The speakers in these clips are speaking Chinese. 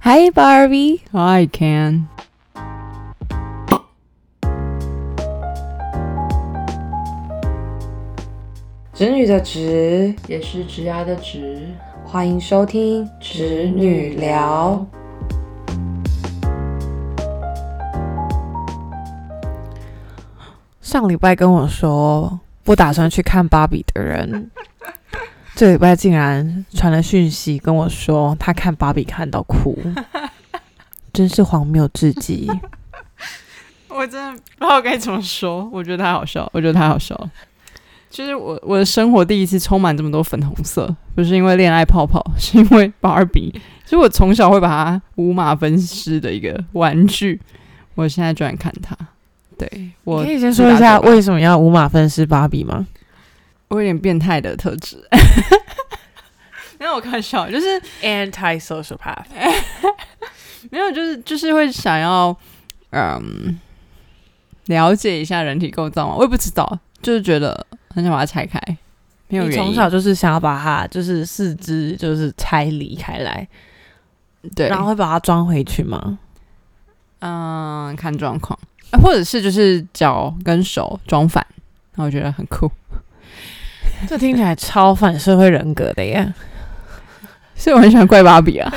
Hi Barbie. Hi Ken. 直女的直， 也是直牙的直， 欢迎收听直女聊。上礼拜跟我说不打算去看芭比的人，这礼拜竟然传了讯息跟我说他看芭比看到哭，真是荒谬至极。 我真的不知道该怎么说，我觉得太好笑，就是我的生活第一次充满这么多粉红色，不是因为恋爱泡泡，是因为芭比。所以我从小会把它五马分尸的一个玩具，我现在居然看它。对，我可以先说一下为什么要五马分尸芭比吗？ 我有点变态的特质。没有，我开玩笑，就是 anti-sociopath。 没有，就是会想要了解一下人体构造嘛，我也不知道，就是觉得很想把它拆开，没有原因。 你从小就是想要把它就是四肢就是拆离开来， 对， 然后会把它装回去吗？ 看状况，或者是就是脚跟手装反，然后我觉得很酷。 这听起来超反社会人格的耶！ 所以我很喜欢怪芭比啊。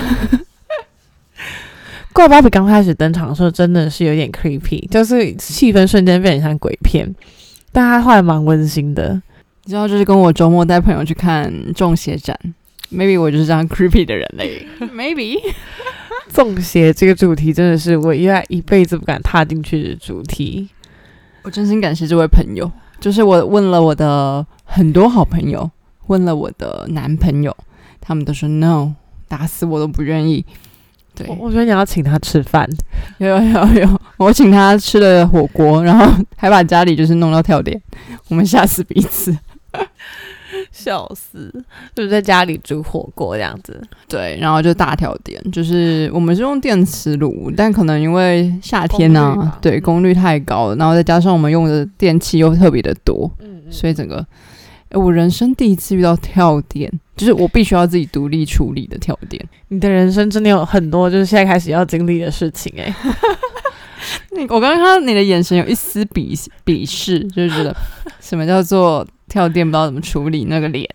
怪芭比刚开始登场的时候真的是有点 creepy， 就是气氛瞬间变得像鬼片，但它后来蛮温馨的。 你知道，就是跟我周末带朋友去看中邪展 ，maybe 我就是这样 creepy 的人类，maybe 中邪这个主题真的是我一辈子不敢踏进去的主题。 我真心感谢这位朋友，就是我问了我的很多好朋友，问了我的男朋友，他们都说 no， 打死我都不愿意。对， 我觉得你要请他吃饭。 有，我请他吃了火锅，然后还把家里就是弄到跳点，我们吓死彼此。 笑死，就是在家里煮火锅这样子。 对，然后就大跳点，就是我们是用电磁炉，但可能因为夏天啊，对，功率太高了，然后再加上我们用的电器又特别的多，所以整个我人生第一次遇到跳电，就是我必须要自己独立处理的跳电。 你的人生真的有很多就是现在开始要经历的事情欸。 我刚刚看到你的眼神有一丝鄙视，就是觉得什么叫做跳电不知道怎么处理那个脸。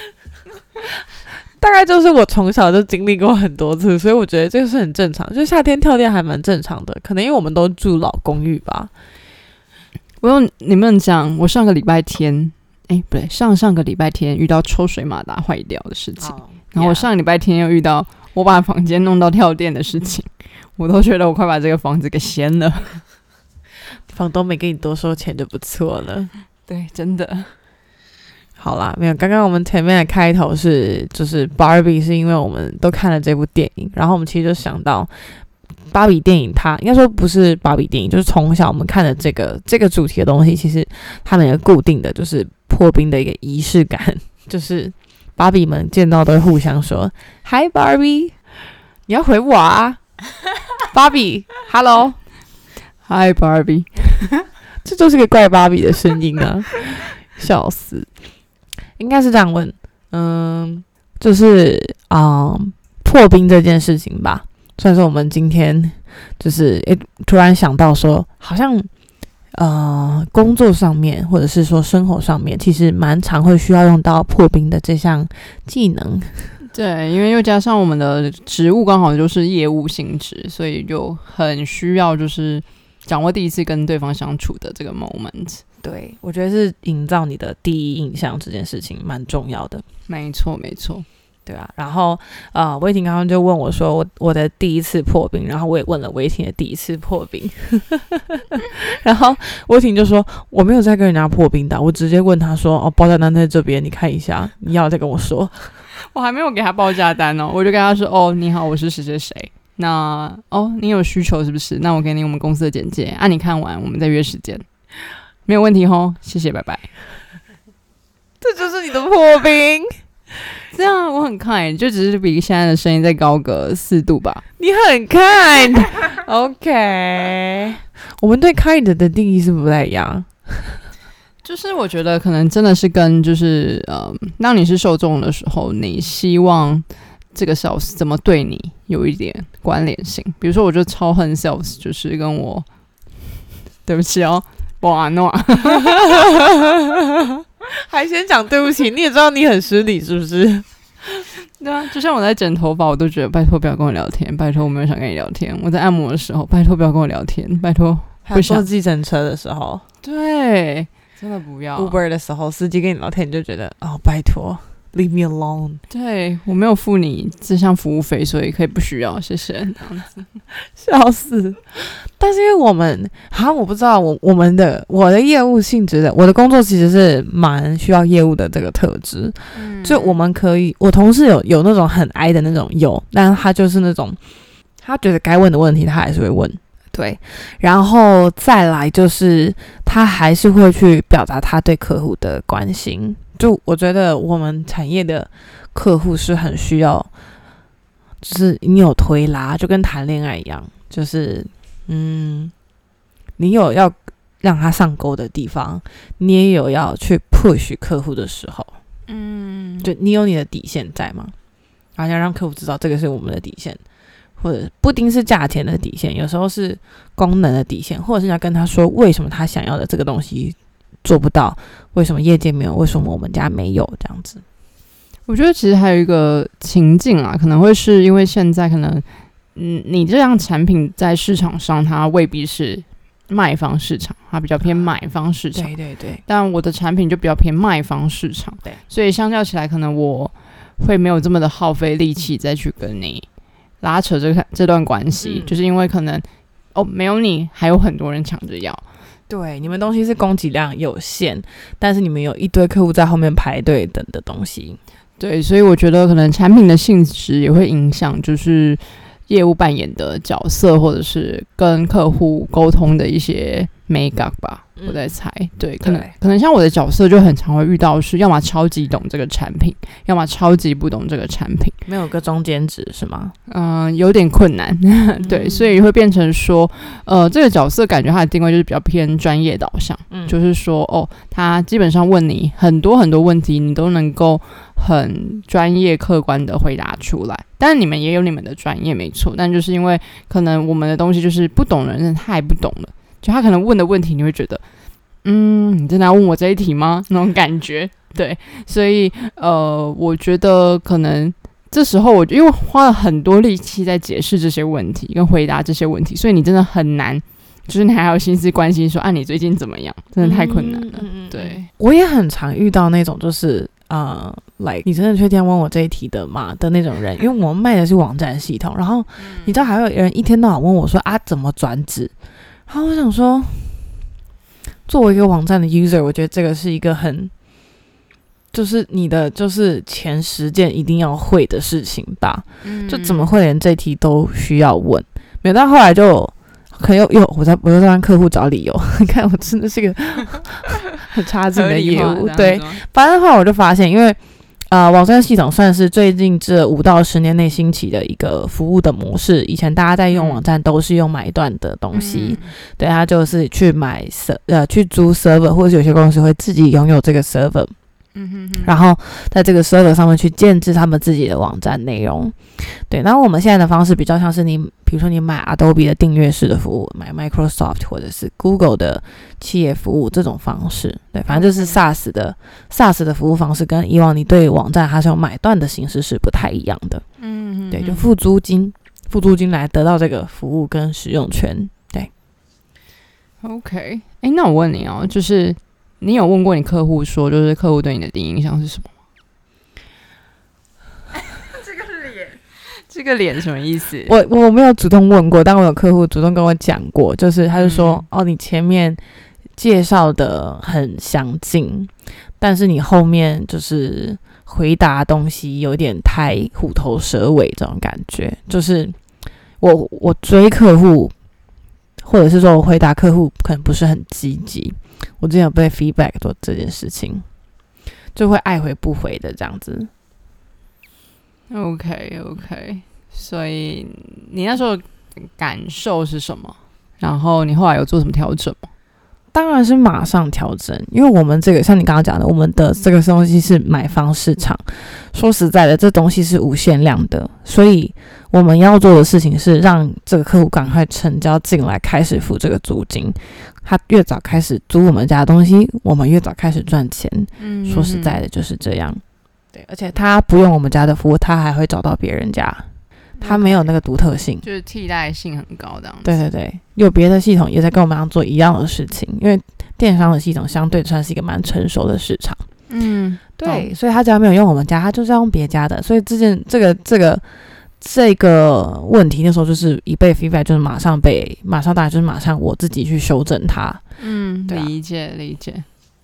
大概就是我从小就经历过很多次，所以我觉得这个是很正常，就夏天跳电还蛮正常的，可能因为我们都住老公寓吧。 你们讲，我上个礼拜天不对，上个礼拜天遇到抽水马达坏掉的事情，然后我上个礼拜天又遇到我把房间弄到跳电的事情，我都觉得我快把这个房子给掀了。 房东没给你多收钱就不错了。 对，真的。 好啦，没有，刚刚我们前面的开头就是 Barbie， 是因为我们都看了这部电影，然后我们其实就想到芭比电影，它应该说不是芭比电影，就是从小我们看的这个主题的东西，其实他们有固定的就是破冰的一个仪式感，就是芭比们见到都会互相说 Hi Barbie， 你要回我啊。芭比 Hello Hi Barbie。 这就是个怪芭比的声音啊。笑死。应该是这样问，就是破冰这件事情吧，算是我们今天就是突然想到说，好像工作上面或者是说生活上面，其实蛮常会需要用到破冰的这项技能。 对，因为又加上我们的职务刚好就是业务性质，所以就很需要就是掌握第一次跟对方相处的这个 moment。 对，我觉得是营造你的第一印象这件事情蛮重要的。 没错， 对啊。然后威霆刚刚就问我说我的第一次破冰，然后我也问了威霆的第一次破冰。然后威霆就说我没有在跟人家破冰的，我直接问他说报价单在这边，你看一下，你要再跟我说。 我还没有给他报价单哦，我就跟他说你好，我是谁谁谁，那你有需求是不是？那我给你我们公司的简介啊，你看完我们再约时间。没有问题吼，谢谢，拜拜。 这就是你的破冰。 这样我很kind，就只是比现在的声音再高个4度吧。 你很kind。 OK， 我们对 kind 的定义是不太一样。 就是我觉得可能真的是跟当你是受众的时候，你希望这个 sales 怎么对你有一点关联性。比如说，我就超恨 sales， 就是跟我，对不起哦，哇诺， 还先讲对不起，你也知道你很失礼是不是？ 对啊，就像我在剪头发，我都觉得拜托不要跟我聊天，拜托我没有想跟你聊天。我在按摩的时候，拜托不要跟我聊天，拜托不想。 坐计程车的时候， 对，真的不要。 Uber 的时候，司机跟你聊天，你就觉得哦，拜托 ，leave me alone。 对，我没有付你这项服务费，所以可以不需要，谢谢。这样子， 笑死。但是因为我们，我不知道我的业务性质的，我的工作其实是蛮需要业务的这个特质。就我们可以，我同事有那种很哀的那种但他就是那种他觉得该问的问题他还是会问，对，然后再来就是他还是会去表达他对客户的关心。就我觉得我们产业的客户是很需要，就是你有推拉，就跟谈恋爱一样，就是你有要让他上钩的地方，你也有要去 push 客户的时候，就你有你的底线在吗？然后要让客户知道这个是我们的底线，或者不一定是价钱的底线，有时候是功能的底线，或者是要跟他说为什么他想要的这个东西做不到，为什么业界没有，为什么我们家没有，这样子。 我觉得其实还有一个情境可能会是因为现在可能你这样产品在市场上它未必是卖方市场，它比较偏买方市场， 对， 但我的产品就比较偏卖方市场， 对， 所以相较起来可能我会没有这么的耗费力气再去跟你拉扯这段关系，就是因为可能没有你还有很多人抢着要， 对，你们东西是供给量有限，但是你们有一堆客户在后面排队等的东西， 对，所以我觉得可能产品的性质也会影响，就是业务扮演的角色，或者是跟客户沟通的一些美感吧，我在猜。对，可能像我的角色就很常会遇到是，要么超级懂这个产品，要么超级不懂这个产品， 没有个中间值是吗？ 有点困难。对，所以会变成说，这个角色感觉它的定位就是比较偏专业导向，就是说，他基本上问你很多很多问题，你都能够很专业客观的回答出来。当然你们也有你们的专业没错，但就是因为可能我们的东西就是不懂的人太不懂了，就他可能问的问题你会觉得你真的要问我这一题吗？那种感觉。对，所以我觉得可能这时候因为花了很多力气在解释这些问题跟回答这些问题，所以你真的很难，就是你还有心思关心说你最近怎么样，真的太困难了。对， 我也很常遇到那种就是你真的确定要问我这一题的吗的那种人，因为我们卖的是网站系统，然后你知道还有人一天到晚问我说怎么转址，然后我想说，作为一个网站的 user， 我觉得这个是一个很就是你的就是前10件一定要会的事情吧，就怎么会连这题都需要问？没有，到后来就可能我又在让客户找理由，你看我真的是个很差劲的业务。对，反正后来我就发现，因为网站系统算是最近这5到10年内兴起的一个服务的模式。以前大家在用网站都是用买断的东西，对，他就是去去租 server， 或者有些公司会自己拥有这个 server。然后在这个 server 上面去建置他们自己的网站内容。对，然后我们现在的方式比较像是比如说你买 Adobe 的订阅式的服务，买 Microsoft 或者是 Google 的企业服务这种方式。对，反正就是 SaaS 的服务方式跟以往你对网站它是用买断的形式是不太一样的。对，就付租金来得到这个服务跟使用权。对 ，OK， 那我问你就是你有问过你客户说，就是客户对你的第一印象是什么吗？这个脸什么意思？ 我没有主动问过，但我有客户主动跟我讲过，就是他就说，你前面介绍的很详尽，但是你后面就是回答东西有点太虎头蛇尾这种感觉，就是我追客户，或者是说我回答客户可能不是很积极。我之前有被 feedback 做这件事情，就会爱回不回的这样子。 OK， 所以你那时候感受是什么？然后你后来有做什么调整吗？ 当然是马上调整，因为我们这个像你刚刚讲的，我们的这个东西是买方市场，说实在的，这东西是无限量的，所以我们要做的事情是让这个客户赶快成交进来，开始付这个租金。他越早开始租我们家的东西，我们越早开始赚钱。说实在的就是这样。对，而且他不用我们家的服务，他还会找到别人家，他没有那个独特性， 就是替代性很高的。 对对对，有别的系统也在跟我们一样做一样的事情，因为电商的系统相对算是一个蛮成熟的市场。对，所以他只要没有用我们家，他就是要用别家的。所以这个问题那时候就是一被 feedback， 就是马上大概就是马上我自己去修正它。对啊， 理解。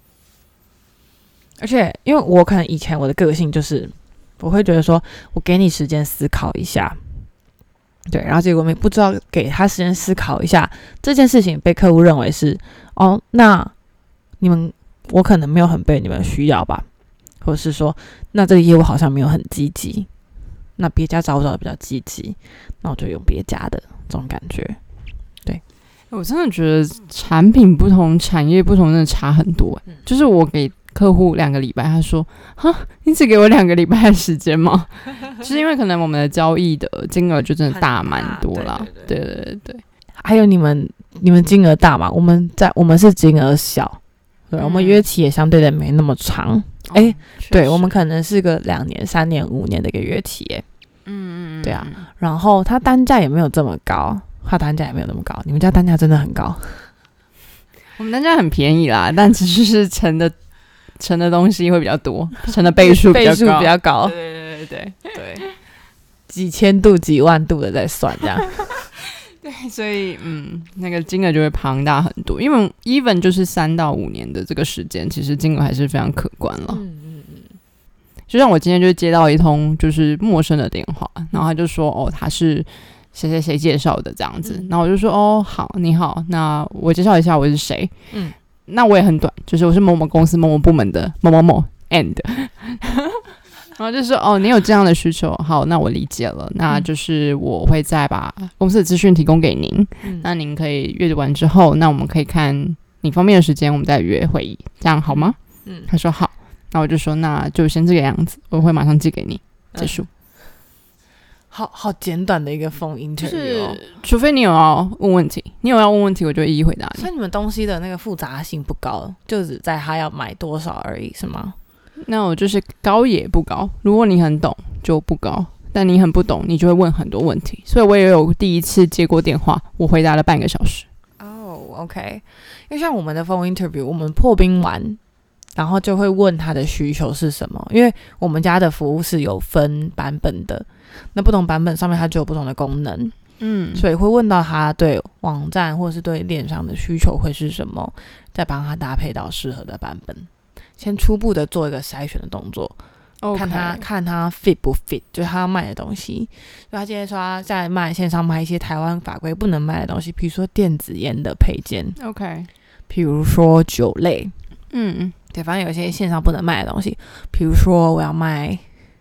而且因为我可能以前我的个性就是我会觉得说我给你时间思考一下，对，然后结果我们不知道给他时间思考一下这件事情被客户认为是那我可能没有很被你们需要吧，或者是说那这个业务好像没有很积极，那别家找我找的比较积极，那我就用别家的这种感觉。对， 我真的觉得产品不同产业不同真的差很多。就是我给客户2个礼拜，他说哈，你只给我2个礼拜的时间吗？就是因为可能我们的交易的金额就真的大蛮多啦。对， 还有你们金额大嘛，我们是金额小，对，我们约期也相对的没那么长。对，我们可能是个2年、3年、5年的一个约期耶。对啊，然后它单价也没有这么高，你们家单价真的很高。 我们单价很便宜啦，但只是成的东西会比较多，成的倍数比较高。对， 几千度、几万度的在算这样。 对，所以那个金额就会庞大很多，因为 even 就是3到5年的这个时间，其实金额还是非常可观了。就像我今天就接到一通就是陌生的电话，然后他就说他是谁谁谁介绍的这样子，然后我就说好，你好，那我介绍一下我是谁。那我也很短，就是我是某某公司某某部门的某某某 and 然后就说你有这样的需求，好，那我理解了，那就是我会再把公司的资讯提供给您，那您可以阅读完之后，那我们可以看你方便的时间，我们再约会议，这样好吗？他说好，那我就说那就先这个样子，我会马上寄给你，结束。 好简短的一个phone interview， 就是除非你有要问问题，我就会一一回答你。 所以你们东西的那个复杂性不高，就只在他要买多少而已，是吗？ 那我就是高也不高，如果你很懂就不高，但你很不懂，你就会问很多问题。所以我也有第一次接过电话，我回答了半个小时。 OK， 因为像我们的phone interview，我们破冰完，然后就会问他的需求是什么，因为我们家的服务是有分版本的。那不同版本上面它就有不同的功能，所以会问到他对网站或是对链上的需求会是什么，再帮他搭配到适合的版本，先初步的做一个筛选的动作，看他 fit 不 fit， 就是他要卖的东西。就他今天说他在线上卖一些台湾法规不能卖的东西，比如说电子烟的配件，比如说酒类，对，反正有一些线上不能卖的东西，比如说我要卖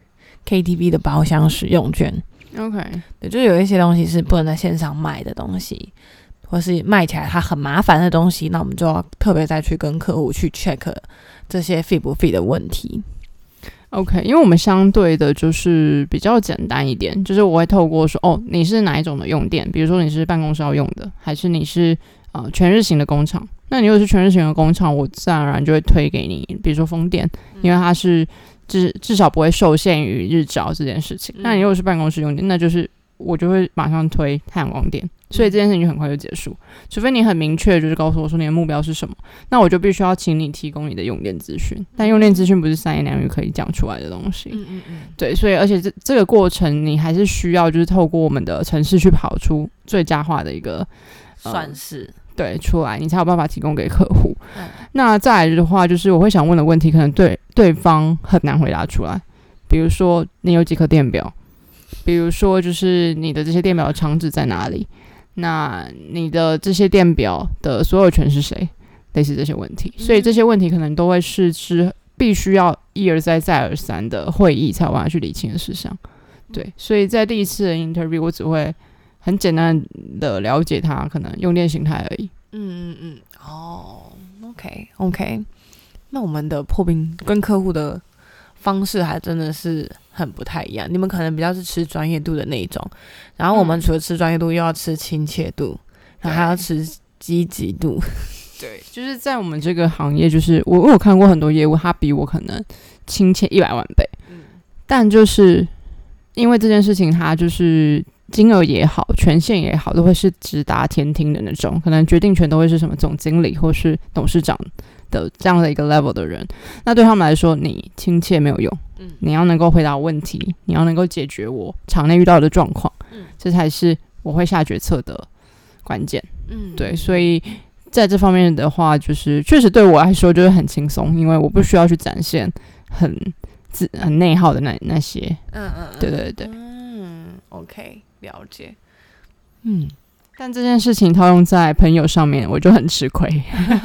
KTV 的包厢使用券，对，就是有一些东西是不能在线上卖的东西，或是卖起来它很麻烦的东西，那我们就要特别再去跟客户去 check 这些 fit 不 fit 的问题。 因为我们相对的就是比较简单一点，就是我会透过说你是哪一种的用电，比如说你是办公室要用的，还是你是全日型的工厂，那你如果是全日型的工厂，我自然而然就会推给你比如说风电，因为它是至少不会受限于日照这件事情。那你如果是办公室用电，那就是我就会马上推太阳光电，所以这件事情就很快就结束。除非你很明确就是告诉我说你的目标是什么，那我就必须要请你提供你的用电资讯，但用电资讯不是3言2语可以讲出来的东西。对，所以而且这个过程你还是需要就是透过我们的程式去跑出最佳化的一个算是对出来，你才有办法提供给客户。那再来的话，就是我会想问的问题，可能对方很难回答出来。比如说，你有几颗电表？比如说，就是你的这些电表的厂址在哪里？那你的这些电表的所有权是谁？类似这些问题，所以这些问题可能都会是必须要一而再再而三的会议才有办法去理清的事项。对，所以在第一次的 interview， 我只会很简单的了解他可能用电形态而已。OK， 那我们的破冰跟客户的方式还真的是很不太一样。你们可能比较是吃专业度的那一种，然后我们除了吃专业度，又要吃亲切度，然后还要吃积极度。 对，就是在我们这个行业，就是我有看过很多业务，他比我可能亲切100万倍，但就是因为这件事情，他就是金额也好，权限也好，都会是直达天听的那种，可能决定权都会是什么总经理或是董事长的这样的一个 level 的人。那对他们来说，你亲切没有用，你要能够回答问题，你要能够解决我场内遇到的状况，这才是我会下决策的关键。对，所以在这方面的话，就是确实对我来说就是很轻松，因为我不需要去展现很内耗的那些。对对对。 OK， 了解。 但这件事情套用在朋友上面，我就很吃亏。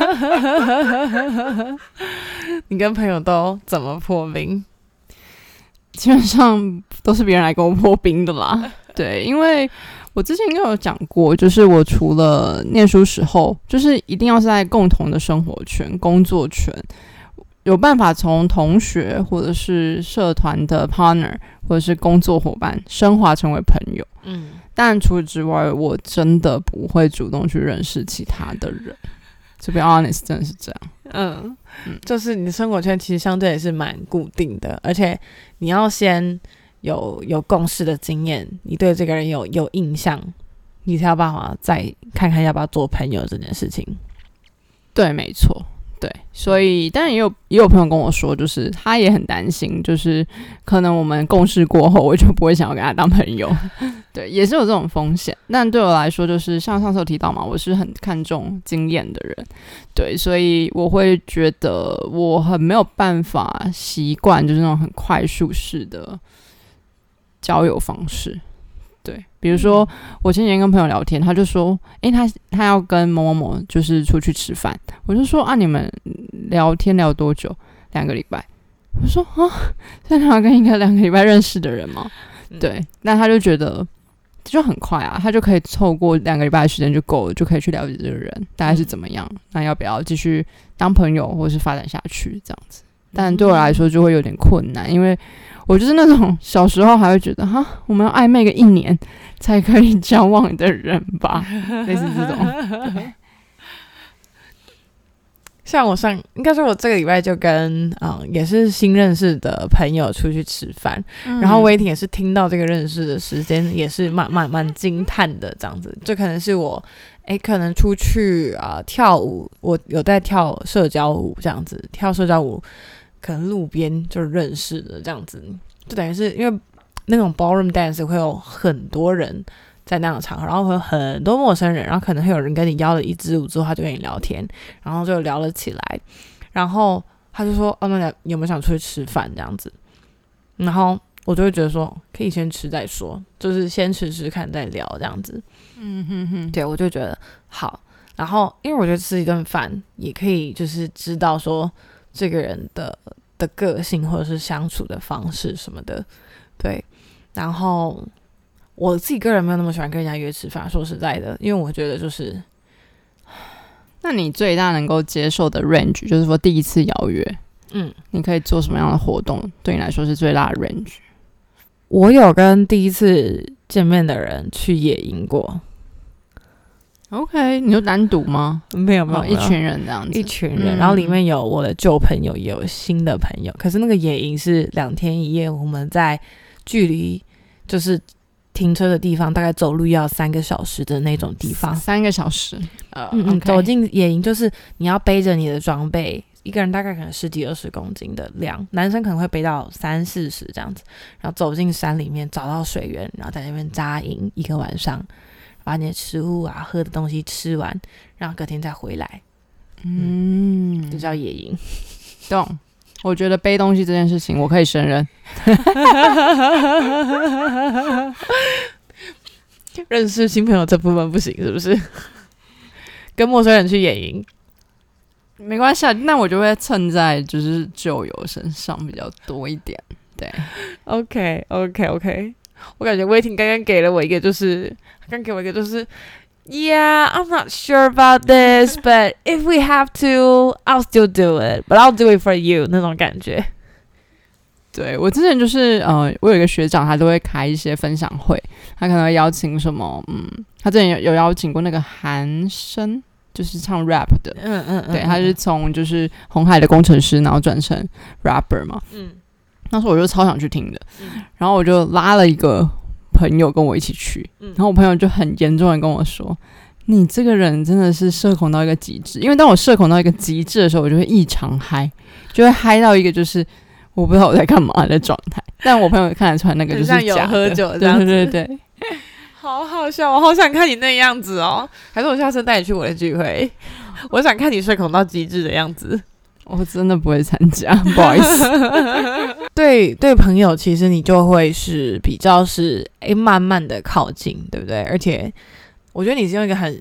你跟朋友都怎么破冰？ 基本上都是别人来跟我破冰的啦。对，因为我之前应该有讲过，就是我除了念书时候，就是一定要是在共同的生活圈、工作圈，有办法从同学或者是社团的 partner 或者是工作伙伴升华成为朋友。但除此之外，我真的不会主动去认识其他的人。To be honest， 真的是这样。 就是你的生活圈其实相对也是蛮固定的，而且你要先有共识的经验，你对这个人有印象，你才有办法再看看要不要做朋友这件事情。 对，没错。对，所以当然也有朋友跟我说，就是他也很担心，就是可能我们共事过后，我就不会想要跟他当朋友。对，也是有这种风险。但对我来说，就是像上次有提到嘛，我是很看重经验的人，对，所以我会觉得我很没有办法习惯，就是那种很快速式的交友方式。对，比如说我前几天跟朋友聊天，他就说，他要跟某某某就是出去吃饭，我就说你们聊天聊多久？2个礼拜。我说现在要跟一个2个礼拜认识的人吗？对，那他就觉得就很快啊，他就可以凑过2个礼拜的时间就够了，就可以去了解这个人大概是怎么样，那要不要继续当朋友或是发展下去这样子？但对我来说就会有点困难，因为我就是那种小时候还会觉得我们要暧昧个1年才可以交往的人吧，类似这种。对， 像应该说我这个礼拜就跟也是新认识的朋友出去吃饭，然后Waiting也是听到这个认识的时间也是蛮惊叹的这样子，就可能是我可能出去跳舞，我有在跳社交舞这样子，跳社交舞可能路边就认识的这样子，就等于是因为那种 ballroom dance 会有很多人在那样的场合，然后会有很多陌生人，然后可能会有人跟你邀了一支舞之后，他就跟你聊天，然后就聊了起来，然后他就说那你有没有想出去吃饭这样子，然后我就会觉得说可以先吃再说，就是先吃吃看再聊这样子。对，我就觉得好，然后因为我觉得吃一顿饭也可以就是知道说这个人的个性或者是相处的方式什么的。对，然后我自己个人没有那么喜欢跟人家约吃饭，说实在的，因为我觉得就是那你最大能够接受的 range 就是说第一次邀约你可以做什么样的活动对你来说是最大的 range？ 我有跟第一次见面的人去野营过。 OK， 你就单独吗？ 没有， 一群人这样子， 一群人，然后里面有我的旧朋友，也有新的朋友。可是那个野营是2天1夜，我们在距离就是停车的地方大概走路要3个小时的那种地方。 3个小时 ，okay。走进野营就是你要背着你的装备，一个人大概可能10几20公斤的量，男生可能会背到30-40这样子，然后走进山里面找到水源，然后在那边扎营1个晚上。把你的食物喝的东西吃完，然后隔天再回来，就叫野营。 懂？我觉得背东西这件事情我可以胜任。 认识新朋友这部分不行是不是？跟陌生人去野营没关系啊，那我就会蹭在就是旧友身上比较多一点。对 ，OK， 我感觉Waiting刚刚给了我一个就是Yeah, I'm not sure about this, but if we have to, I'll still do it. But I'll do it for you 那种感觉。 对，我之前就是我有一个学长，他都会开一些分享会，他可能会邀请什么，他之前有邀请过那个韩生，就是唱 rap 的，对，他是从就是红海的工程师，然后转成 rapper 嘛，那时候我就超想去听的，然后我就拉了一个朋友跟我一起去，然后我朋友就很严重的跟我说，你这个人真的是社恐到一个极致，因为当我社恐到一个极致的时候，我就会异常嗨，就会嗨到一个就是我不知道我在干嘛的状态，但我朋友看得出来那个就是假的， 很像有喝酒这样子， 对， 好好笑，我好想看你那样子哦，还是我下次带你去我的聚会，我想看你社恐到极致的样子。 我真的不会参加，不好意思。 对朋友，其实你就会是比较是慢慢的靠近，对不对？而且我觉得你是用一个很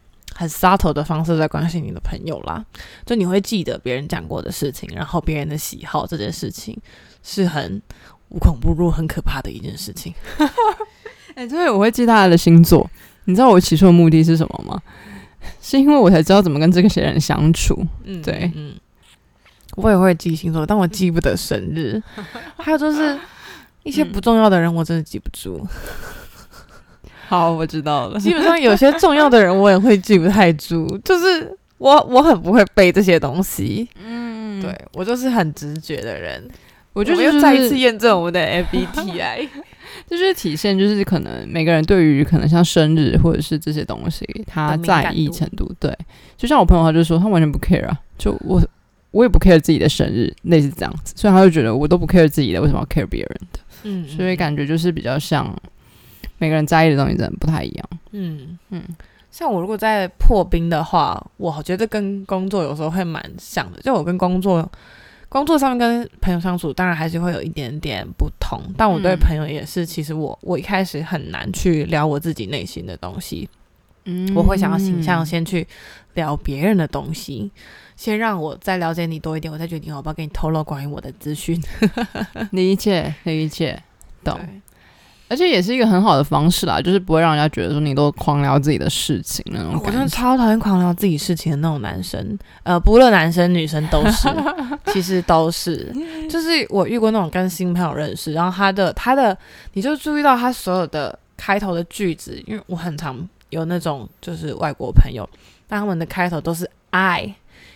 subtle 的方式在关心你的朋友啦，就你会记得别人讲过的事情，然后别人的喜好，这件事情是很无孔不入、很可怕的一件事情。 对，我会记他的星座。你知道我起初的目的是什么吗？是因为我才知道怎么跟这个人相处。对， 我也会记星座，但我记不得生日。还有就是一些不重要的人，我真的记不住。 好，我知道了。 基本上有些重要的人，我也会记不太住，就是我很不会背这些东西。对，我就是很直觉的人。我觉得又再一次验证我们的 MBTI。 就是体现，就是可能每个人对于可能像生日或者是这些东西，他在意程度，对，就像我朋友他就说他完全不 care 啊，就我也不 care 自己的生日，类似这样子，所以他就觉得我都不 care 自己的，为什么要 care 别人的？所以感觉就是比较像每个人在意的东西真的不太一样。 像我如果在破冰的话，我觉得跟工作有时候会蛮像的，就我跟工作上面跟朋友相处，当然还是会有一点点不同，但我对朋友也是，其实我一开始很难去聊我自己内心的东西，我会想要倾向先去聊别人的东西，先让我再了解你多一点，我再决定我要不要跟你透露关于我的资讯。 理解，懂。而且也是一个很好的方式啦，就是不会让人家觉得说你都狂聊自己的事情那种感觉。 我真的超讨厌狂聊自己事情的那种男生，不论男生女生都是，其实都是。就是我遇过那种跟新朋友认识，然后他的，你就注意到他所有的开头的句子，因为我很常有那种就是外国朋友，但他们的开头都是 I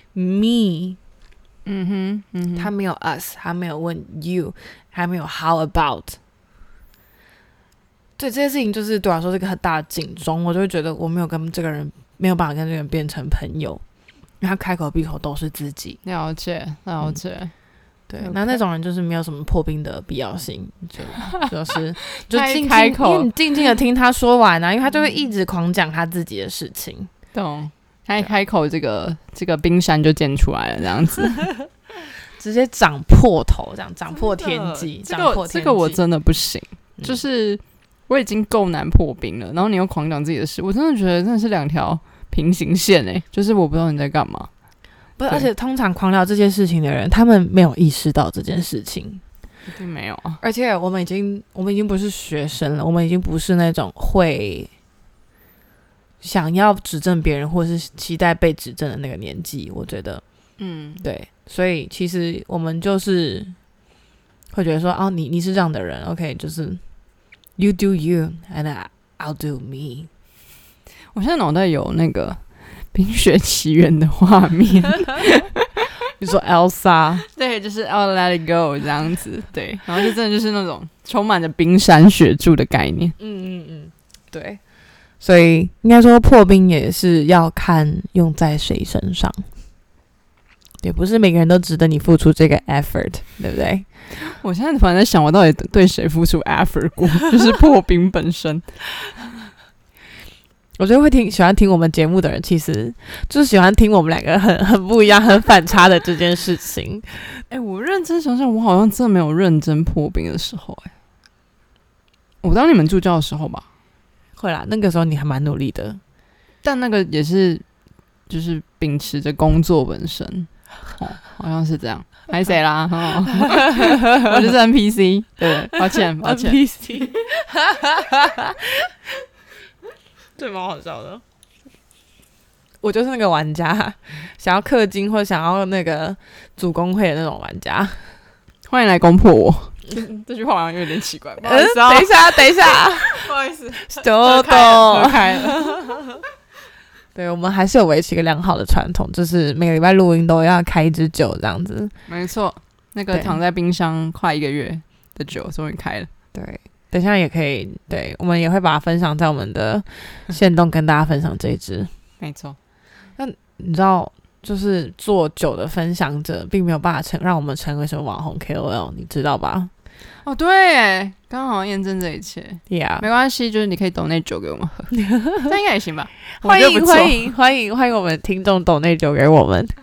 me，他没有 us， 他没有问 you， 还没有 how about。对这些事情，就是对我来说是一个很大的警钟，我就会觉得我没有跟这个人没有办法跟这个人变成朋友，因为他开口闭口都是自己。 了解。 对，那种人就是没有什么破冰的必要性，就是开口， 你静静的听他说完啊，因为他就会一直狂讲他自己的事情。 懂？他一开口，这个冰山就建出来了，这样子， 直接长破头，这样长破天际。 这个我真的不行，就是我已经够难破冰了，然后你又狂讲自己的事，我真的觉得真的是两条平行线就是我不知道你在干嘛。 不是，而且通常狂聊这件事情的人，他们没有意识到这件事情， 一定没有啊。 而且我们已经不是学生了，我们已经不是那种会想要指正别人或是期待被指正的那个年纪，我觉得，对，所以其实我们就是会觉得说，你是这样的人 ，OK， 就是 you do you and I'll do me。 我现在脑袋有那个《冰雪奇缘》的画面， 你说 Elsa， 对，就是 I'll let it go 这样子，对，然后就真的就是那种充满着冰山雪柱的概念， 对，所以应该说破冰也是要看用在谁身上，也不是每个人都值得你付出这个 effort， 对不对？ 我现在反正在想，我到底对谁付出 effort 过，就是破冰本身。 我觉得喜欢听我们节目的人，其实就是喜欢听我们两个很不一样、很反差的这件事情。 我认真想想，我好像真的没有认真破冰的时候。我当你们助教的时候吧， 会啦，那个时候你还蛮努力的， 但那个也是就是秉持着工作本身，好像是这样。还谁啦？我就是 NPC， 对，抱歉 ，NPC。这蛮好笑的，我就是那个玩家，想要氪金或想要那个组工会的那种玩家。 欢迎来攻破我。这句话好像有点奇怪，不好意思等一下， 不好意思， 豆豆喝开了。 对，我们还是有维持一个良好的传统，就是每个礼拜录音都要开一支酒这样子。 没错，那个躺在冰箱快1个月的酒终于开了。 对，等一下也可以，对，我们也会把它分享在我们的限动，跟大家分享这一支。 没错。 那你知道，就是做酒的分享者，并没有办法让我们成为什么网红 KOL， 你知道吧？ 哦，对耶，刚好验证这一切。 Yeah， 没关系，就是你可以donate酒给我们喝，这样应该也行吧？ 欢迎我们听众donate酒给我们。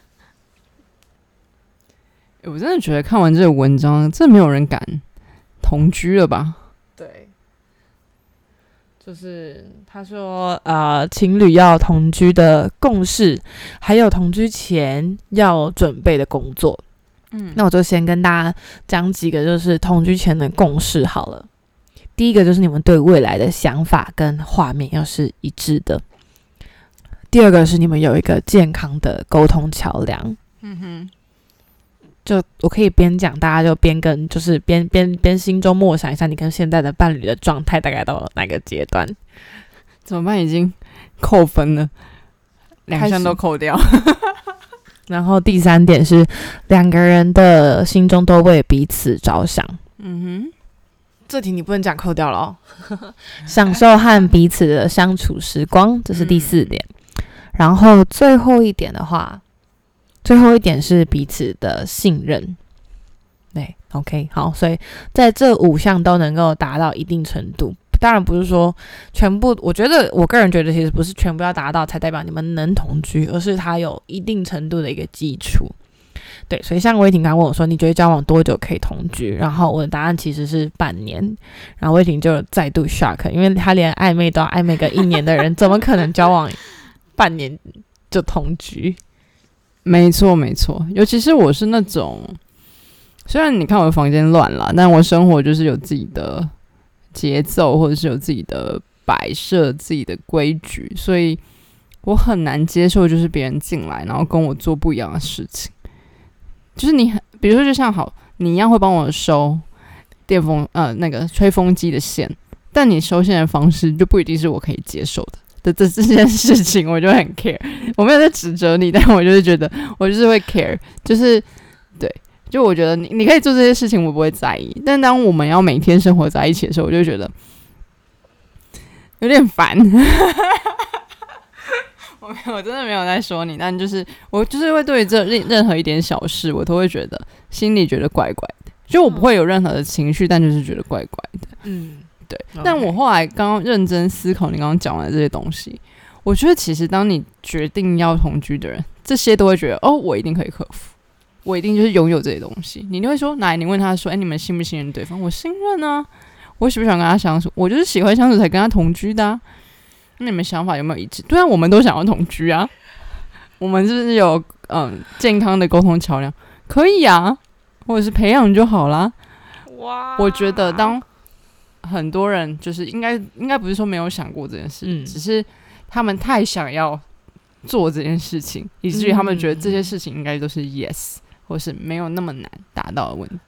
我真的觉得看完这个文章，真的没有人敢同居了吧？ 对，就是他说，情侣要同居的共识，还有同居前要准备的工作。那我就先跟大家讲几个就是同居前的共识好了。第一个就是你们对未来的想法跟画面要是一致的。第二个是你们有一个健康的沟通桥梁。就我可以边讲，大家就边跟，就是边心中默想一下，你跟现在的伴侣的状态大概到哪个阶段？ 怎么办？已经扣分了，2项都扣掉。 然后第3点是2个人的心中都为彼此着想。这题你不能讲扣掉了哦。享受和彼此的相处时光，这是第4点。然后最后一点是彼此的信任。对 ，OK， 好，所以在这5项都能够达到一定程度。当然不是说全部，我个人觉得其实不是全部要达到才代表你们能同居，而是它有一定程度的一个基础。对，所以像威霆刚问我说，你觉得交往多久可以同居？然后我的答案其实是半年，然后威霆就再度 shock， 因为他连暧昧都要暧昧个1年的人，怎么可能交往半年就同居？ 没错，尤其是我是那种，虽然你看我的房间乱了，但我生活就是有自己的节奏，或者是有自己的摆设、自己的规矩，所以我很难接受就是别人进来，然后跟我做不一样的事情。就是比如说就像你一样会帮我收那个吹风机的线，但你收线的方式就不一定是我可以接受的。这件事情我就很 care， 我没有在指责你，但我就是觉得我就是会 care， 就是对。就我觉得你可以做这些事情，我不会在意。但当我们要每天生活在一起的时候，我就觉得有点烦。我真的没有在说你，但就是我就是会对这任何一点小事，我都会觉得心里觉得怪怪的。就我不会有任何的情绪，但就是觉得怪怪的。对。Okay. 但我后来刚刚认真思考你刚刚讲的这些东西，我觉得其实当你决定要同居的人，这些都会觉得我一定可以克服。我一定就是拥有这些东西，你就会说，你问他说，你们信不信任对方？我信任啊，我喜不喜欢跟他相处？我就是喜欢相处才跟他同居的啊。那你们想法有没有一致？对啊，我们都想要同居啊。我们是不是有健康的沟通桥梁？可以啊，或者是培养就好啦。哇！我觉得当很多人就是应该不是说没有想过这件事，只是他们太想要做这件事情，以至于他们觉得这些事情应该都是 yes。或是没有那么难达到的问题。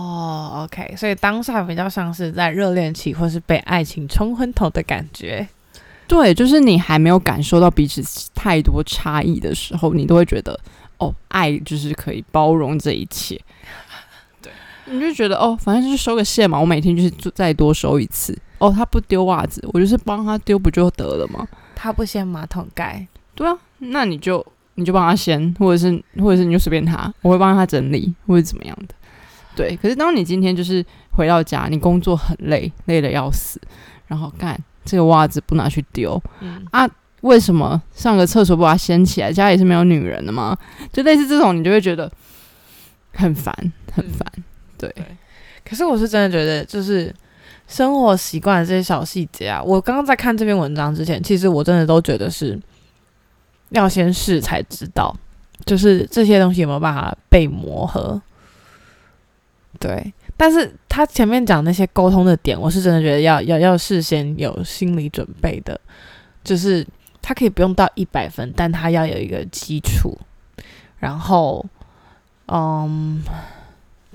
OK， 所以当下比较像是在热恋期或是被爱情冲昏头的感觉。 对，就是你还没有感受到彼此太多差异的时候，你都会觉得爱就是可以包容这一切。对，你就觉得反正就是收个线嘛，我每天就是再多收一次。他不丢袜子，我就是帮他丢不就得了吗？ 他不掀马桶盖， 对啊，那你就帮他掀，或者是你就随便他，我会帮他整理或者怎么样的。对，可是当你今天就是回到家，你工作很累得要死，然后干这个袜子不拿去丢，为什么上个厕所不把它掀起来？家里是没有女人的吗？就类似这种，你就会觉得很烦。对， 可是我是真的觉得，就是生活习惯的这些小细节啊，我刚刚在看这篇文章之前，其实我真的都觉得是要先试才知道，就是这些东西有没有办法被磨合。对，但是他前面讲那些沟通的点，我是真的觉得要事先有心理准备的，就是他可以不用到100分，但他要有一个基础。然后，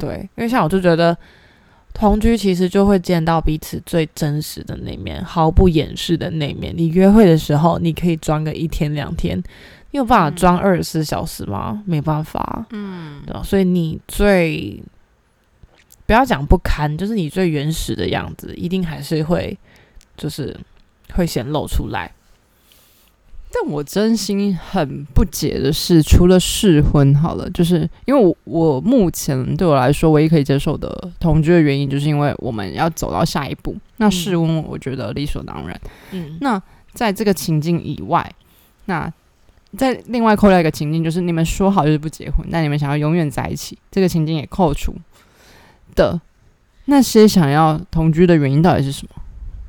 对，因为像我就觉得同居其实就会见到彼此最真实的那面，毫不掩饰的那面。你约会的时候，你可以装个1天2天，你有办法装24小时吗？没办法。对吧？所以你最不要讲不堪，就是你最原始的样子，一定还是会就是会显露出来。 但我真心很不解的是，除了试婚好了，就是因为我目前对我来说唯一可以接受的同居的原因，就是因为我们要走到下一步。那试婚我觉得理所当然。那在这个情境以外，那在另外扣掉一个情境，就是你们说好就是不结婚，但你们想要永远在一起，这个情境也扣除的那些想要同居的原因到底是什么？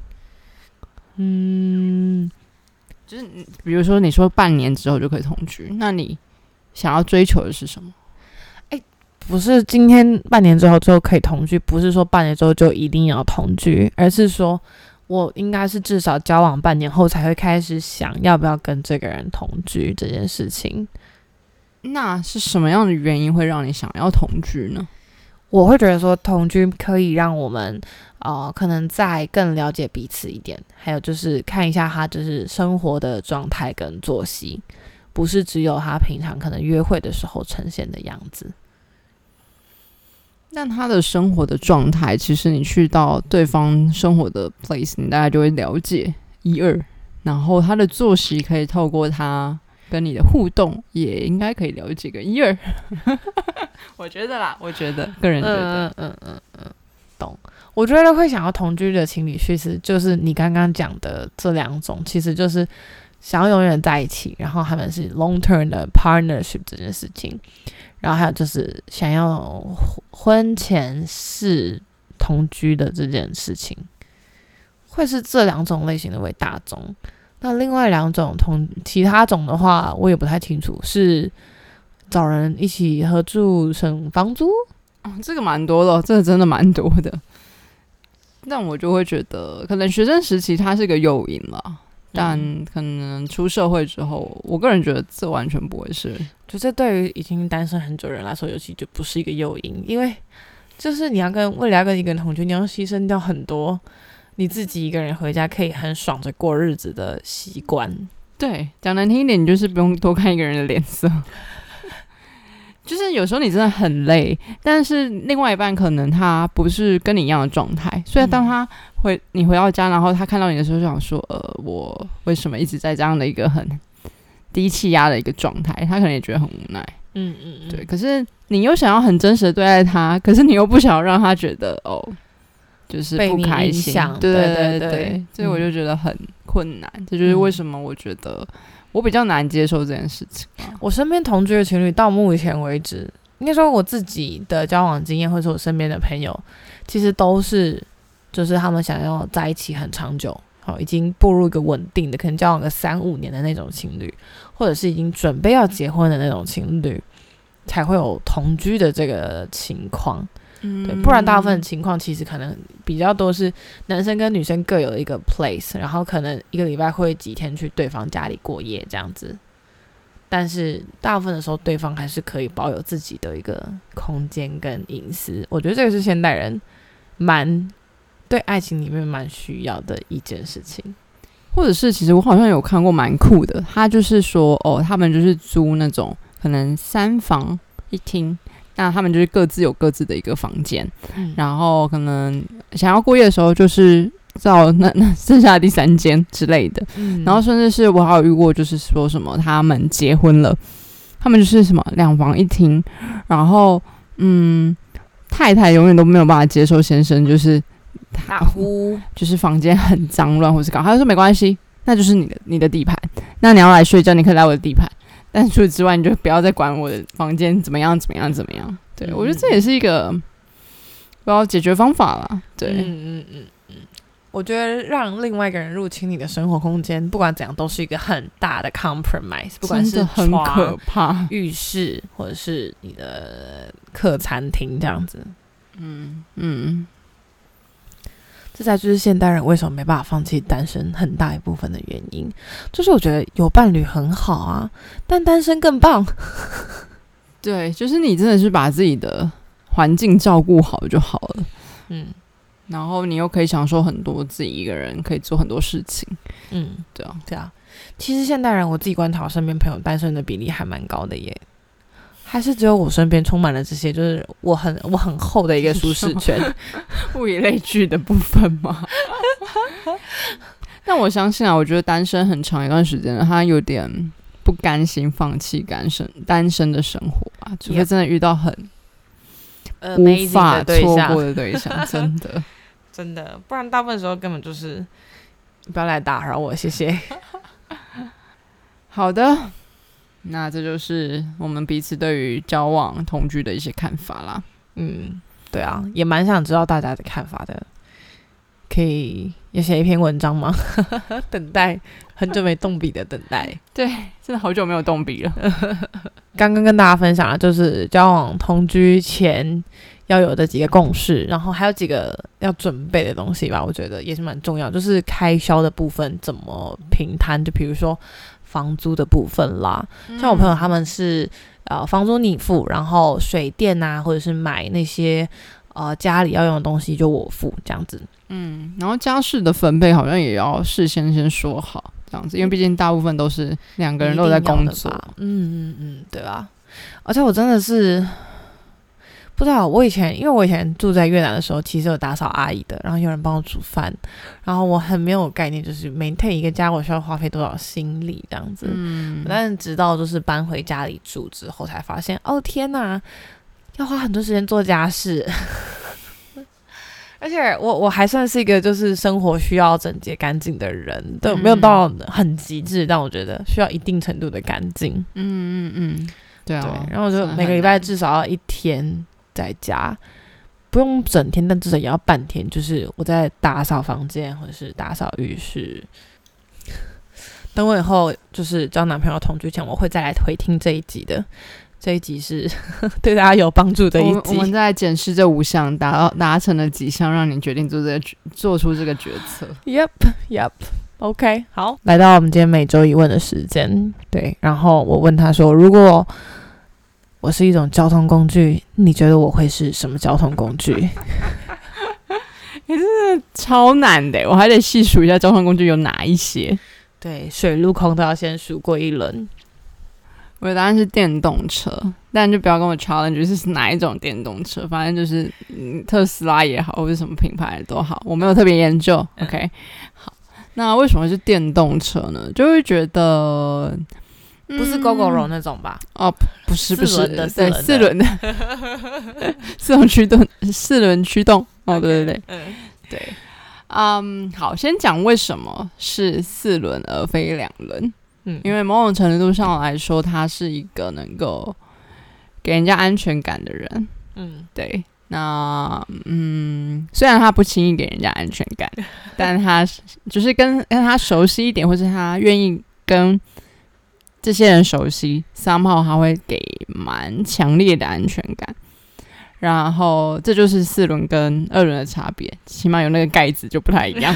就是比如说你说半年之后就可以同居，那你想要追求的是什么？ 不是今天半年之后就可以同居，不是说半年之后就一定要同居，而是说我应该是至少交往半年后才会开始想要不要跟这个人同居这件事情。 那是什么样的原因会让你想要同居呢？ 我会觉得说同居可以让我们可能再更了解彼此一点，还有就是看一下他就是生活的状态跟作息，不是只有他平常可能约会的时候呈现的样子。 但他的生活的状态，其实你去到对方生活的 place， 你大概就会了解1、2，然后他的作息可以透过他跟你的互动，也应该可以了解个1、2。我觉得啦，个人觉得， 懂。我觉得会想要同居的情侣，其实就是你刚刚讲的这2种，其实就是想要永远在一起，然后他们是 long term 的 partnership 这件事情，然后还有就是想要婚前是同居的这件事情，会是这2种类型的为大宗。那另外2种其他种的话，我也不太清楚，是找人一起合住省房租。 这个蛮多的，这个真的蛮多的。但我就会觉得，可能学生时期它是个诱因啦，但可能出社会之后，我个人觉得这完全不会是。 就这对于已经单身很久的人来说，尤其就不是一个诱因，因为就是你为了要跟一个人同居，你要牺牲掉很多你自己一个人回家可以很爽着过日子的习惯。 对，讲难听一点，你就是不用多看一个人的脸色。就是有时候你真的很累，但是另外一半可能他不是跟你一样的状态，所以当你回到家，然后他看到你的时候，就想说，我为什么一直在这样的一个很低气压的一个状态？他可能也觉得很无奈。对。可是你又想要很真实的对待他，可是你又不想要让他觉得就是不开心。对，所以我就觉得很困难。这就是为什么我觉得我比较难接受这件事情。 我身边同居的情侣到目前为止，应该说我自己的交往经验，或者我身边的朋友，其实都是就是他们想要在一起很长久，已经步入一个稳定的，可能交往个3-5年的那种情侣，或者是已经准备要结婚的那种情侣，才会有同居的这个情况。对，不然大部分的情况其实可能比较多是男生跟女生各有一个 place， 然后可能1个礼拜会几天去对方家里过夜这样子，但是大部分的时候对方还是可以保有自己的一个空间跟隐私。我觉得这个是现代人对爱情里面蛮需要的一件事情。 或者是其实我好像有看过蛮酷的，他就是说他们就是租那种可能3房1厅，那他们就是各自有各自的一个房间，然后可能想要过夜的时候，就是到那剩下的第3间之类的，然后甚至是我还有遇过，就是说什么他们结婚了，他们就是什么2房1厅，然后太太永远都没有办法接受先生就是打呼， 就是房间很脏乱或是搞，他就说没关系，那就是你的地盘，那你要来睡觉，你可以来我的地盘。但除此之外，你就不要再管我的房间怎么样。对，我觉得这也是一个不知道解决方法啦。对， 我觉得让另外一个人入侵你的生活空间，不管怎样都是一个很大的 compromise， 不管是很可怕， 浴室或者是你的客餐厅这样子。这才就是现代人为什么没办法放弃单身很大一部分的原因，就是我觉得有伴侣很好啊，但单身更棒。 对，就是你真的是把自己的环境照顾好就好了。然后你又可以享受很多自己一个人可以做很多事情。对啊。 其实现代人我自己观察，身边朋友单身的比例还蛮高的耶。还是只有我身边充满了这些，就是我很厚的一个舒适圈， 物以类聚的部分吗？但我相信啊，我觉得单身很长一段时间了，他有点不甘心放弃单身的生活吧，除非真的遇到很无法错过的对象，真的真的，不然大部分时候根本就是不要来打扰我，谢谢。 好的。那这就是我们彼此对于交往同居的一些看法啦。 对啊，也蛮想知道大家的看法的，可以也写一篇文章吗？等待，很久没动笔的等待。 对，真的好久没有动笔了。 刚刚跟大家分享了，就是交往同居前要有的几个共识，然后还有几个要准备的东西吧，我觉得也是蛮重要，就是开销的部分怎么平摊，就比如说房租的部分啦，像我朋友他们是房租你付，然后水电啊，或者是买那些家里要用的东西就我付这样子。 然后家事的分配好像也要事先说好这样子，因为毕竟大部分都是两个人都有在工作。 对吧？而且我真的是不知道，因为我以前住在越南的时候，其实有打扫阿姨的，然后有人帮我煮饭，然后我很没有概念，就是 maintain 一个家我需要花费多少心力这样子。但是直到就是搬回家里住之后，才发现哦天哪，要花很多时间做家事。而且我还算是一个就是生活需要整洁干净的人，对，没有到很极致，但我觉得需要一定程度的干净。 对啊。 对，然后我就每个礼拜至少要1天在家，不用整天，但至少也要半天，就是我在打扫房间或者是打扫浴室。等我以后就是交男朋友同居前，我会再来回听这一集的。这一集是对大家有帮助的一集。 我们在检视这5项达成了几项，让你决定做出这个决策。 Yep. OK， 好，来到我们今天每周一问的时间。对，然后我问他说，如果我是一种交通工具，你觉得我会是什么交通工具？ 真的超难的，我还得细数一下交通工具有哪一些。 对，水陆空都要先数过一轮。 我的答案是电动车，但就不要跟我 challenge 是哪一种电动车，反正就是特斯拉也好，或者什么品牌都好，我没有特别研究。OK， 好，那为什么是电动车呢？就会觉得不是 GoGoRo 那种吧？ 不是， 四轮的四轮驱动。对。对，好，先讲为什么是4轮而非2轮。因为某种程度上来说，他是一个能够给人家安全感的人。对。那虽然他不轻易给人家安全感，但他就是跟他熟悉一点，或是他愿意跟这些人熟悉 somehow 他会给蛮强烈的安全感。然后这就是4轮跟2轮的差别，起码有那个盖子就不太一样。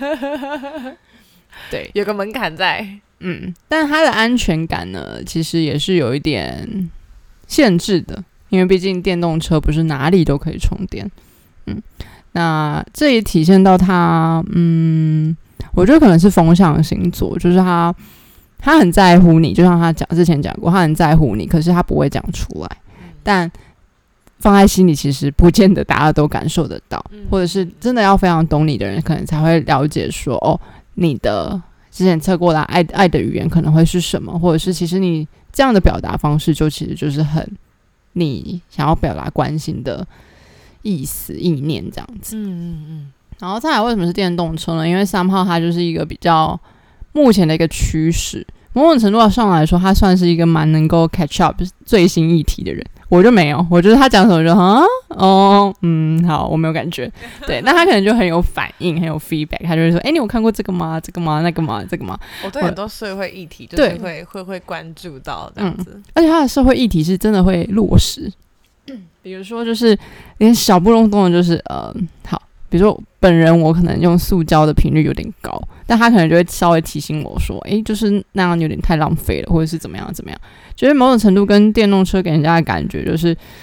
对， 有个门槛在。 但它的安全感呢，其实也是有一点限制的，因为毕竟电动车不是哪里都可以充电。那这也体现到他，我觉得可能是风象星座，就是他很在乎你，就像他之前讲过，他很在乎你，可是他不会讲出来，但放在心里其实不见得大家都感受得到，或者是真的要非常懂你的人，可能才会了解说，你的之前测过的爱的语言可能会是什么，或者是其实你这样的表达方式其实就是很你想要表达关心的意念这样子。然後再來為什麼是電動車呢？因為somehow它就是一個比較目前的一個趨勢，某種程度上來說，它算是一個蠻能夠 catch up 最新議題的人。我就沒有，我覺得他講什麼就好，我沒有感覺。對，那他可能就很有反應，很有 feedback， 他就會說，你有看過這個嗎？這個嗎？那個嗎？這個嗎？ 我對很多社會議題就是會關注到這樣子， 而且他的社會議題是真的會落實。比如說就是連小不隆咚的就是好，比如說本人我可能用塑膠的頻率有點高，但他可能就會稍微提醒我說就是那樣有點太浪費了，或者是怎麼樣怎麼樣。覺得某種程度跟電動車給人家的感覺就是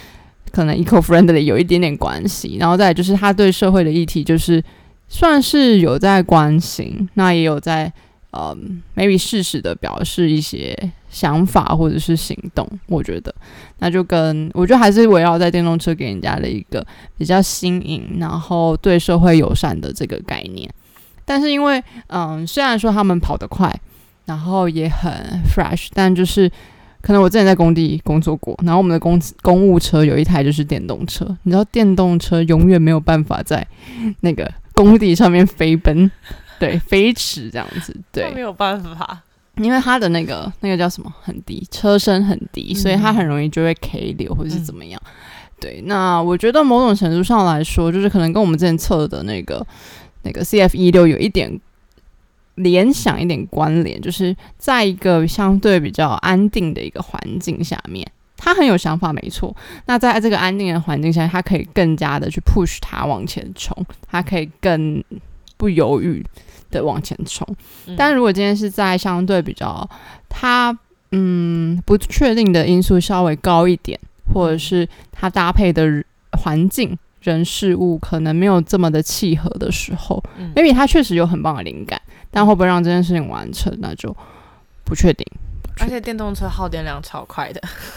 可能 eco-friendly 有一点点关系，然后再来就是他对社会的议题就是算是有在关心，那也有在maybe 适时的表示一些想法或者是行动，我觉得那就跟我觉得还是围绕在电动车给人家的一个比较新颖，然后对社会友善的这个概念。但是因为虽然说他们跑得快，然后也很 fresh， 但就是可能我之前在工地工作过，然后我们的公务车有一台就是电动车，你知道电动车永远没有办法在那个工地上面飞奔，对，飞驰这样子，对， 没有办法， 因为它的那个叫什么很低，车身很低，所以它很容易就会 K 流或者是怎么样。对，那我觉得某种程度上来说，就是可能跟我们之前测的那个 CF16有一点联想一点关联，就是在一个相对比较安定的一个环境下面，他很有想法没错，那在这个安定的环境下，他可以更加的去 push 他往前冲，他可以更不犹豫的往前冲。但如果今天是在相对比较他不确定的因素稍微高一点，或者是他搭配的环境人事物可能没有这么的契合的时候，maybe 他确实有很棒的灵感，但会不会让这件事情完成，那就不确定。 而且电动车耗电量超快的，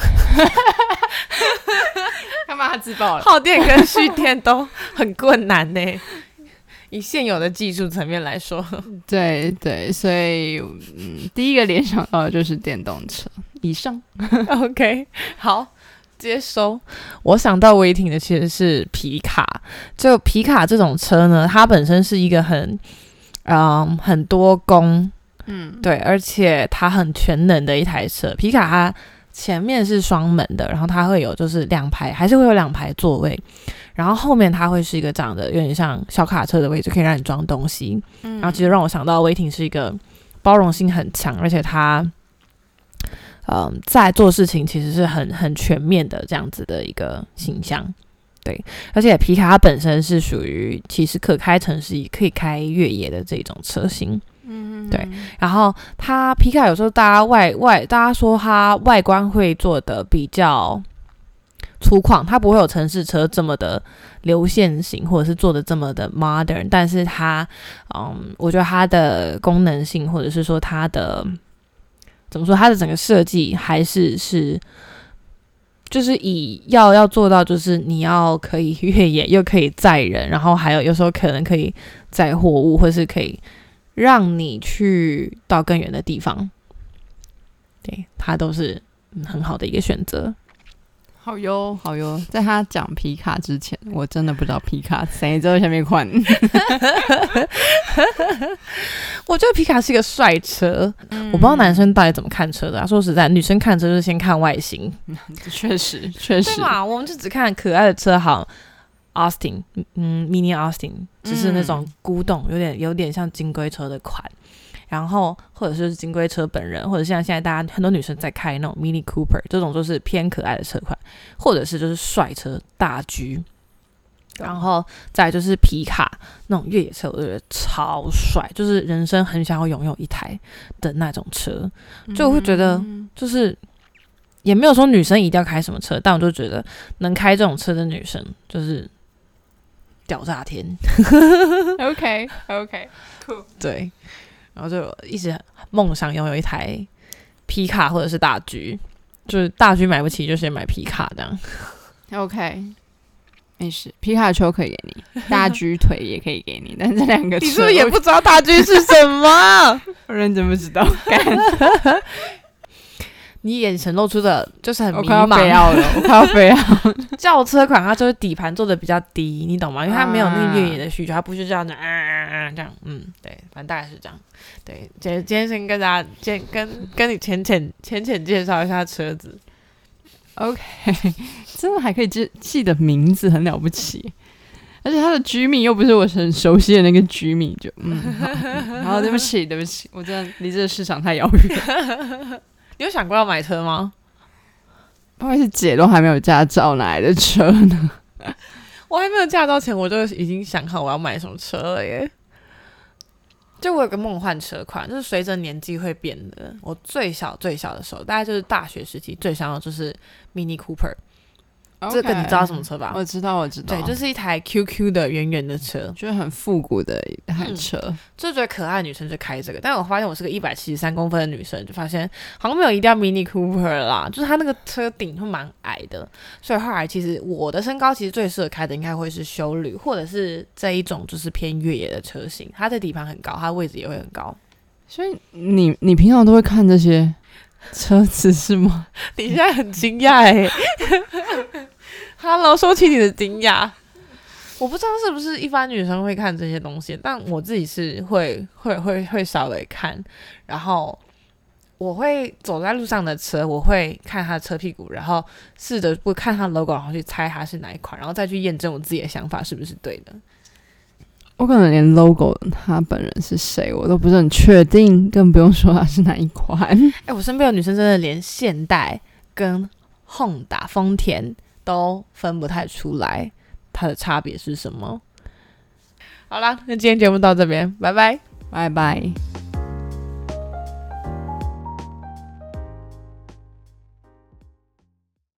干嘛他自爆了？ 耗电跟蓄电都很困难呢。以现有的技术层面来说， 对对，所以第一个联想到的就是电动车。以上 ，OK， 好。接收。我想到威霆的其实是皮卡，就皮卡这种车呢，它本身是一个很多功，对，而且它很全能的一台车。皮卡它前面是双门的，然后它会有就是2排，还是会有2排座位，然后后面它会是一个这样的有点像小卡车的位置，可以让你装东西。然后其实让我想到威霆是一个包容性很强，而且它在做事情其实是很全面的这样子的一个形象，对，而且皮卡它本身是属于其实可开城市可以开越野的这种车型，对，然后它皮卡有时候大家说它外观会做的比较粗犷，它不会有城市车这么的流线型，或者是做的这么的 modern， 但是它我觉得它的功能性，或者是说它的怎么说，它的整个设计还是就是要做到，就是你要可以越野又可以载人，然后还有时候可能可以载货物，或是可以让你去到更远的地方，对，它都是很好的一个选择。 好哟好哟，在他讲皮卡之前，我真的不知道皮卡谁在下面款。 我觉得皮卡是一个帅车，我不知道男生到底怎么看车的。说实在，女生看车就是先看外形， 确实， 对嘛？我们就只看可爱的车，好 ，Austin， Mini Austin， 只是那种古董，有点像金龟车的款。然后或者是金龟车本人，或者像现在大家很多女生在开那种 Mini Cooper， 这种就是偏可爱的车款，或者是就是帅车大 G， 然后再来就是皮卡那种越野车，我觉得超帅，就是人生很想要拥有一台的那种车，就我会觉得就是也没有说女生一定要开什么车，但我就觉得能开这种车的女生就是屌炸天。 OK cool， 对。然后就一直梦想拥有一台皮卡或者是大 G， 就是大 G 买不起就先买皮卡这样。 OK， 没事，皮卡丘可以给你，大 G 腿也可以给你，但这两个车你是不是也不知道大 G 是什么？ 我认真不知道。 你眼神露出的就是很迷茫， 我快要飞了。 轿车款它就是底盘做的比较低，你懂吗？因为它没有那个越野的需求，它不是这样的这样，对，反正大概是这样。对，今天先跟大家跟你浅浅介绍一下车子。 OK， 真的还可以记得名字，很了不起。而且它的居民又不是我很熟悉的那个居民，就好，对不起，我真的离这个市场太遥远。 你有想过要买车吗？ 不好意思，姐都还没有驾照，哪来的车呢？ 我还没有驾照前，我就已经想好我要买什么车了耶。就我有个梦幻车款，就是随着年纪会变的。我最小的时候，大概就是大学时期，最想要就是 Mini Cooper。 这个你知道什么车吧？ 我知道。 对，就是一台 QQ 的圆圆的车， 就是很复古的一台车。 就觉得可爱的女生就开这个，但我发现我是个173公分的女生，就发现好像没有一定要 Mini Cooper 啦，就是它那个车顶会蛮矮的，所以后来其实我的身高其实最适合开的应该会是休旅，或者是这一种就是偏越野的车型，它的底盘很高，它的位置也会很高。 所以你平常都会看这些车子是吗？ 你现在很惊讶欸Hello， 说起你的惊讶，我不知道是不是一般女生会看这些东西，但我自己是会稍微看，然后我会走在路上的车，我会看它的车屁股，然后试着不看它的 logo， 然后去猜它是哪一款，然后再去验证我自己的想法是不是对的。 我可能连 logo 他本人是谁我都不是很确定，更不用说他是哪一款。 我身边有女生真的连现代跟 Honda 丰田都分不太出来它的差别是什么。好啦，那今天节目到这边，拜拜， 拜拜。